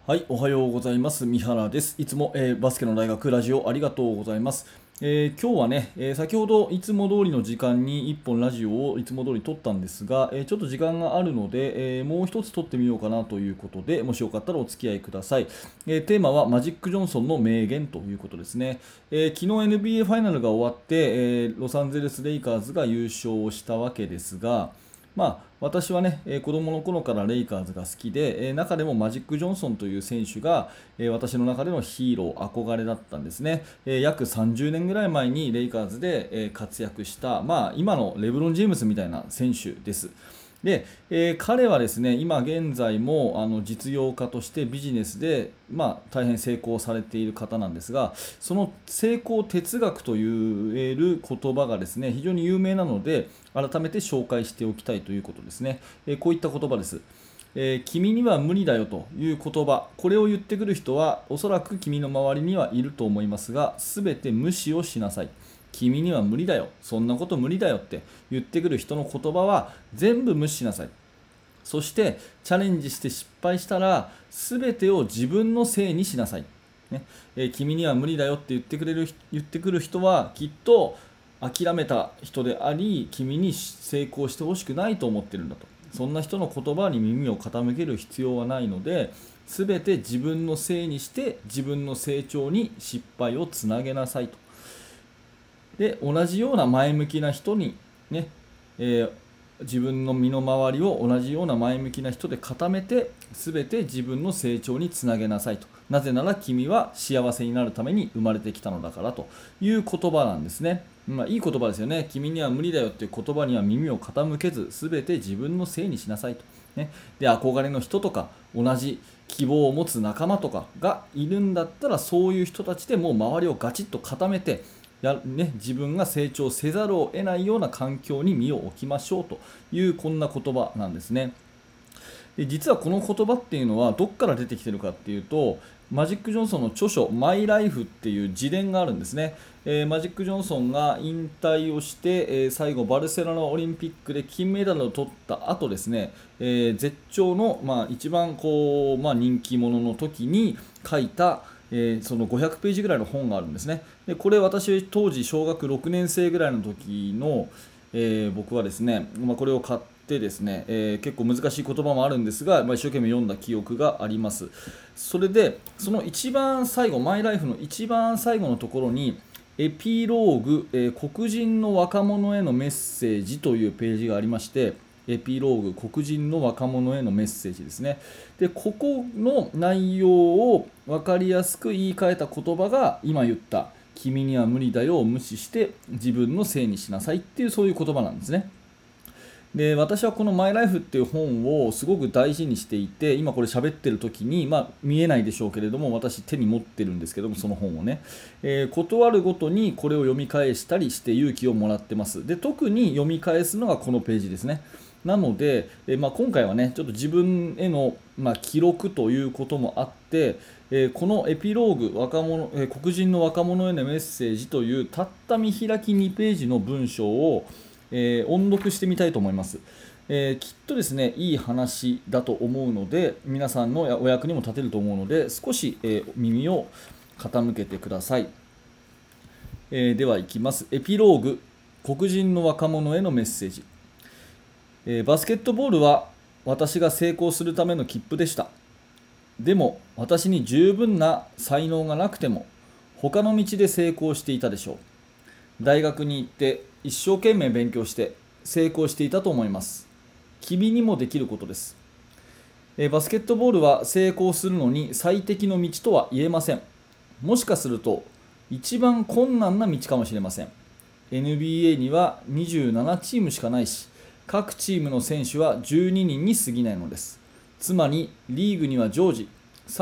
はい、おはようございます。三原です。いつも、バスケの大学ラジオありがとうございます。今日はね、先ほどいつも通りの時間に1本ラジオをいつも通り撮ったんですが、ちょっと時間があるので、もう一つ撮ってみようかなということで、もしよかったらお付き合いください。テーマはマジック・ジョンソンの名言ということですね。昨日 NBA ファイナルが終わって、ロサンゼルス・レイカーズが優勝をしたわけですが、私はね、子供の頃からレイカーズが好きで、中でもマジック・ジョンソンという選手が、私の中でのヒーロー、憧れだったんですね。約30年ぐらい前にレイカーズで、活躍した、今のレブロン・ジェームスみたいな選手です。で、彼はですね、今現在も実業家としてビジネスで、大変成功されている方なんですが、その成功哲学という言葉がですね、非常に有名なので、改めて紹介しておきたいということですね。こういった言葉です。君には無理だよという言葉、これを言ってくる人はおそらく君の周りにはいると思いますが、すべて無視をしなさい。君には無理だよ、そんなこと無理だよって言ってくる人の言葉は全部無視しなさい。そしてチャレンジして失敗したら全てを自分のせいにしなさい、ね。君には無理だよって言ってくる人はきっと諦めた人であり、君に成功してほしくないと思ってるんだと。そんな人の言葉に耳を傾ける必要はないので、全て自分のせいにして自分の成長に失敗をつなげなさいと。で、同じような前向きな人にね、えー自分の身の回りを同じような前向きな人で固めて、全て自分の成長につなげなさいと。なぜなら君は幸せになるために生まれてきたのだからという言葉なんですね。いい言葉ですよね。君には無理だよっていう言葉には耳を傾けず、全て自分のせいにしなさいと。ね、で、憧れの人とか、同じ希望を持つ仲間とかがいるんだったら、そういう人たちでもう周りをガチッと固めて、自分が成長せざるを得ないような環境に身を置きましょうというこんな言葉なんですね。で、実はこの言葉っていうのはどっから出てきてるかっていうと、マジック・ジョンソンの著書「マイ・ライフ」っていう自伝があるんですね。マジック・ジョンソンが引退をして、最後バルセロナオリンピックで金メダルを取った後ですね、絶頂の、一番人気者の時に書いた、その500ページぐらいの本があるんですね。でこれ私当時小学6年生ぐらいの時の、僕はですね、これを買ってですね、結構難しい言葉もあるんですが、一生懸命読んだ記憶があります。それでその一番最後、マイライフの一番最後のところにエピローグ、黒人の若者へのメッセージというページがありまして、エピローグ、黒人の若者へのメッセージですね。でここの内容を分かりやすく言い換えた言葉が今言った君には無理だよを無視して自分のせいにしなさいっていう、そういう言葉なんですね。で、私はこの「マイ・ライフ」っていう本をすごく大事にしていて、今これ喋ってる時に、見えないでしょうけれども、私手に持ってるんですけども、その本をね、断るごとにこれを読み返したりして勇気をもらってます。で、特に読み返すのがこのページですね。なので、今回はね、ちょっと自分への、記録ということもあって、このエピローグ黒人の若者へのメッセージというたった見開き2ページの文章を音読してみたいと思います。きっとですね、いい話だと思うので、皆さんのお役にも立てると思うので、少し、耳を傾けてください。ではいきます。エピローグ、黒人の若者へのメッセージ。バスケットボールは私が成功するための切符でした。でも私に十分な才能がなくても他の道で成功していたでしょう。大学に行って一生懸命勉強して成功していたと思います。君にもできることです。バスケットボールは成功するのに最適の道とは言えません。もしかすると一番困難な道かもしれません。NBA には27チームしかないし、各チームの選手は12人に過ぎないのです。つまりリーグには常時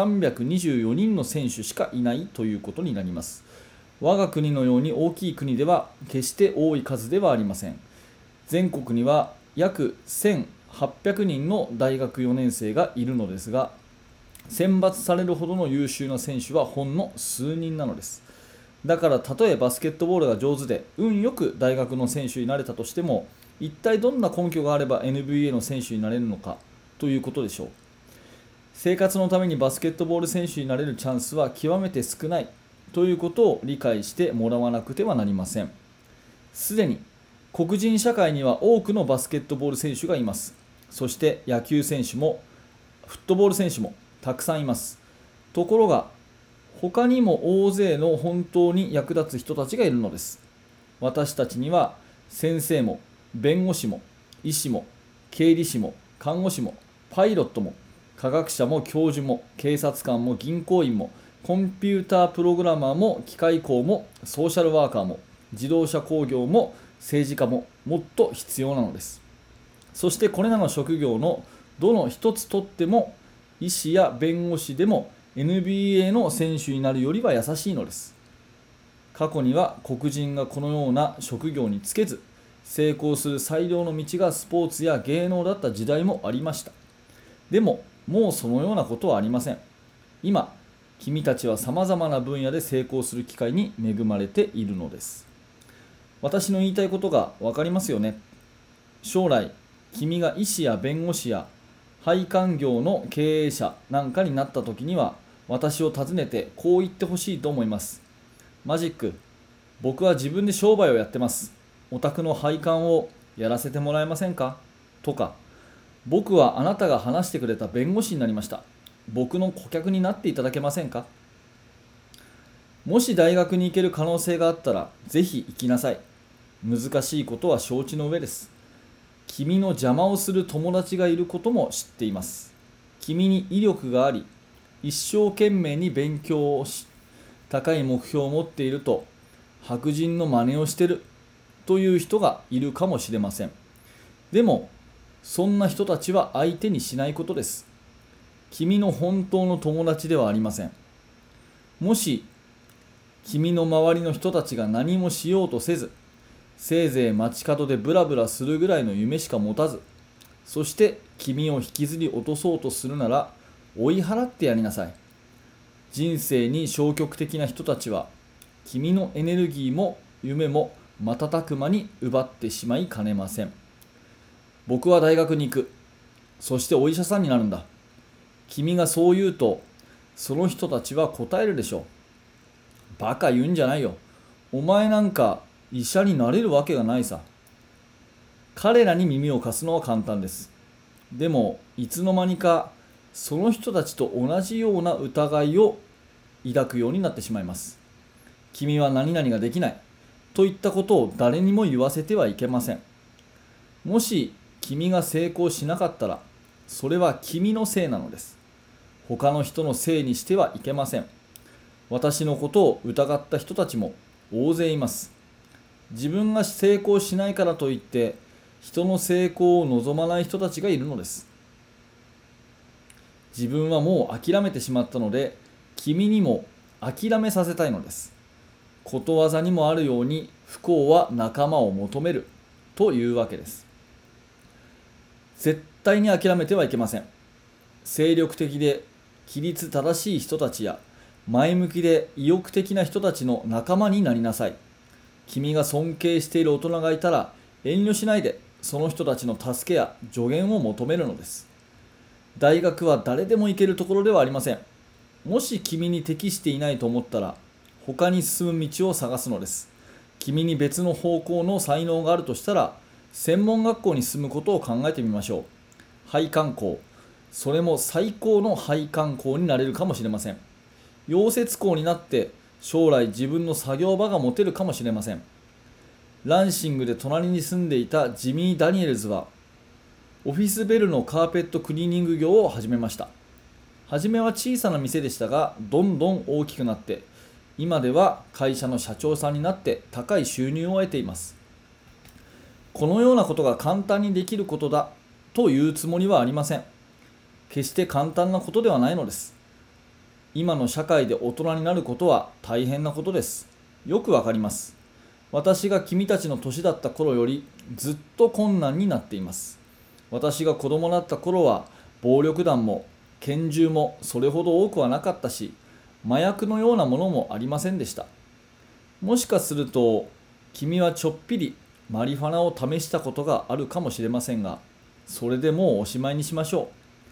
324人の選手しかいないということになります。我が国のように大きい国では決して多い数ではありません。全国には約1800人の大学4年生がいるのですが、選抜されるほどの優秀な選手はほんの数人なのです。だからたとえバスケットボールが上手で運よく大学の選手になれたとしても、一体どんな根拠があれば NBA の選手になれるのかということでしょう。 生活のためにバスケットボール選手になれるチャンスは極めて少ないということを理解してもらわなくてはなりません。すでに黒人社会には多くのバスケットボール選手がいます。そして野球選手もフットボール選手もたくさんいます。ところが他にも大勢の本当に役立つ人たちがいるのです。私たちには先生も弁護士も医師も経理士も看護師もパイロットも科学者も教授も警察官も銀行員もコンピュータープログラマーも機械工もソーシャルワーカーも自動車工業も政治家ももっと必要なのです。そしてこれらの職業のどの一つとっても医師や弁護士でも NBA の選手になるよりは優しいのです。過去には黒人がこのような職業に就けず成功する最良の道がスポーツや芸能だった時代もありました。でももうそのようなことはありません。今君たちはさまざまな分野で成功する機会に恵まれているのです。私の言いたいことが分かりますよね。将来君が医師や弁護士や配管業の経営者なんかになった時には私を訪ねてこう言ってほしいと思います。マジック、僕は自分で商売をやってます。お宅の配管をやらせてもらえませんかとか、僕はあなたが話してくれた弁護士になりました。僕の顧客になっていただけませんか。もし大学に行ける可能性があったらぜひ行きなさい。難しいことは承知の上です。君の邪魔をする友達がいることも知っています。君に威力があり、一生懸命に勉強をし、高い目標を持っていると、白人の真似をしているという人がいるかもしれません。でも、そんな人たちは相手にしないことです。君の本当の友達ではありません。もし、君の周りの人たちが何もしようとせず、せいぜい街角でブラブラするぐらいの夢しか持たず、そして君を引きずり落とそうとするなら追い払ってやりなさい。人生に消極的な人たちは君のエネルギーも夢も瞬く間に奪ってしまいかねません。僕は大学に行く。そしてお医者さんになるんだ。君がそう言うとその人たちは答えるでしょう。バカ言うんじゃないよ。お前なんか医者になれるわけがないさ。彼らに耳を貸すのは簡単です。でもいつの間にかその人たちと同じような疑いを抱くようになってしまいます。君は何々ができないといったことを誰にも言わせてはいけません。もし君が成功しなかったらそれは君のせいなのです。他の人のせいにしてはいけません。私のことを疑った人たちも大勢います。自分が成功しないからといって人の成功を望まない人たちがいるのです。自分はもう諦めてしまったので君にも諦めさせたいのです。ことわざにもあるように不幸は仲間を求めるというわけです。絶対に諦めてはいけません。精力的で規律正しい人たちや前向きで意欲的な人たちの仲間になりなさい。君が尊敬している大人がいたら遠慮しないでその人たちの助けや助言を求めるのです。大学は誰でも行けるところではありません。もし君に適していないと思ったら他に進む道を探すのです。君に別の方向の才能があるとしたら専門学校に進むことを考えてみましょう。配管工、それも最高の配管工になれるかもしれません。溶接工になって将来自分の作業場が持てるかもしれません。ランシングで隣に住んでいたジミー・ダニエルズはオフィスベルのカーペットクリーニング業を始めました。はじめは小さな店でしたがどんどん大きくなって今では会社の社長さんになって高い収入を得ています。このようなことが簡単にできることだというつもりはありません。決して簡単なことではないのです。今の社会で大人になることは大変なことです。よくわかります。私が君たちの年だった頃よりずっと困難になっています。私が子供だった頃は暴力団も拳銃もそれほど多くはなかったし、麻薬のようなものもありませんでした。もしかすると君はちょっぴりマリファナを試したことがあるかもしれませんが、それでもうおしまいにしましょう。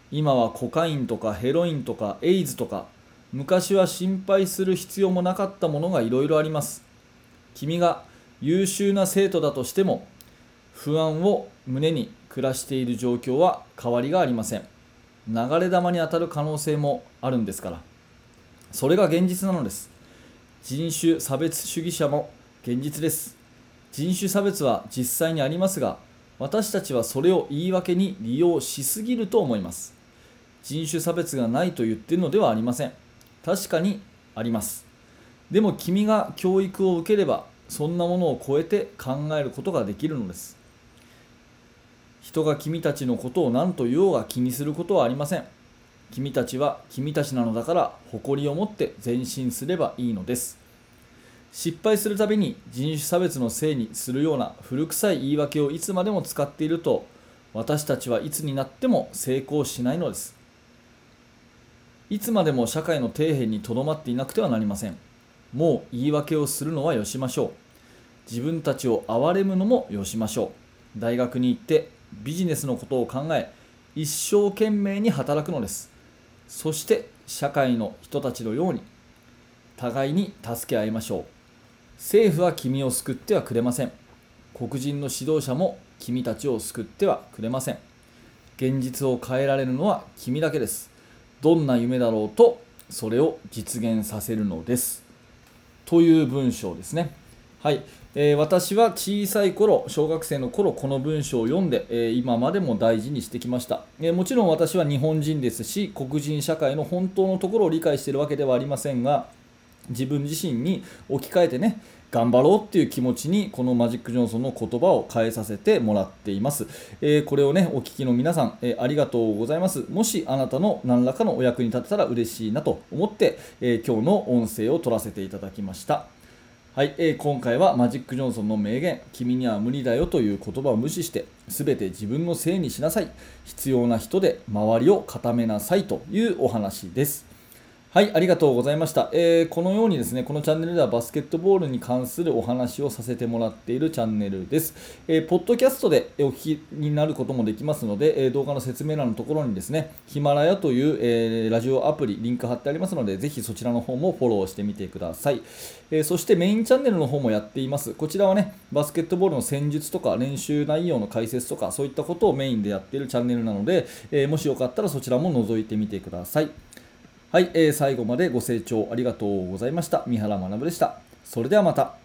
今はコカインとかヘロインとかエイズとか、昔は心配する必要もなかったものがいろいろあります。君が優秀な生徒だとしても、不安を胸に暮らしている状況は変わりがありません。流れ弾に当たる可能性もあるんですから。それが現実なのです。人種差別主義者も現実です。人種差別は実際にありますが、私たちはそれを言い訳に利用しすぎると思います。人種差別がないと言っているのではありません。確かにあります。でも君が教育を受ければ、そんなものを超えて考えることができるのです。人が君たちのことを何と言おうが気にすることはありません。君たちは君たちなのだから誇りを持って前進すればいいのです。失敗するたびに人種差別のせいにするような古臭い言い訳をいつまでも使っていると、私たちはいつになっても成功しないのです。いつまでも社会の底辺にとどまっていなくてはなりません。もう言い訳をするのはよしましょう。自分たちを憐れむのもよしましょう。大学に行ってビジネスのことを考え、一生懸命に働くのです。そして社会の人たちのように互いに助け合いましょう。政府は君を救ってはくれません。黒人の指導者も君たちを救ってはくれません。現実を変えられるのは君だけです。どんな夢だろうとそれを実現させるのです。という文章ですね。はい。私は小さい頃、小学生の頃、この文章を読んで、今までも大事にしてきました。もちろん私は日本人ですし、黒人社会の本当のところを理解しているわけではありませんが、自分自身に置き換えてね、頑張ろうっていう気持ちにこのマジック・ジョンソンの言葉を変えさせてもらっています。これをね、お聞きの皆さん、ありがとうございます。もしあなたの何らかのお役に立てたら嬉しいなと思って、今日の音声を取らせていただきました。はい、今回はマジック・ジョンソンの名言、君には無理だよという言葉を無視して、すべて自分のせいにしなさい。必要な人で周りを固めなさいというお話です。はい、ありがとうございました。このようにですね、このチャンネルではバスケットボールに関するお話をさせてもらっているチャンネルです。ポッドキャストでお聞きになることもできますので、動画の説明欄のところにですね、ヒマラヤという、ラジオアプリ、リンク貼ってありますので、ぜひそちらの方もフォローしてみてください。そしてメインチャンネルの方もやっています。こちらはね、バスケットボールの戦術とか練習内容の解説とか、そういったことをメインでやっているチャンネルなので、もしよかったらそちらも覗いてみてください。はい、最後までご清聴ありがとうございました。三原学でした。それではまた。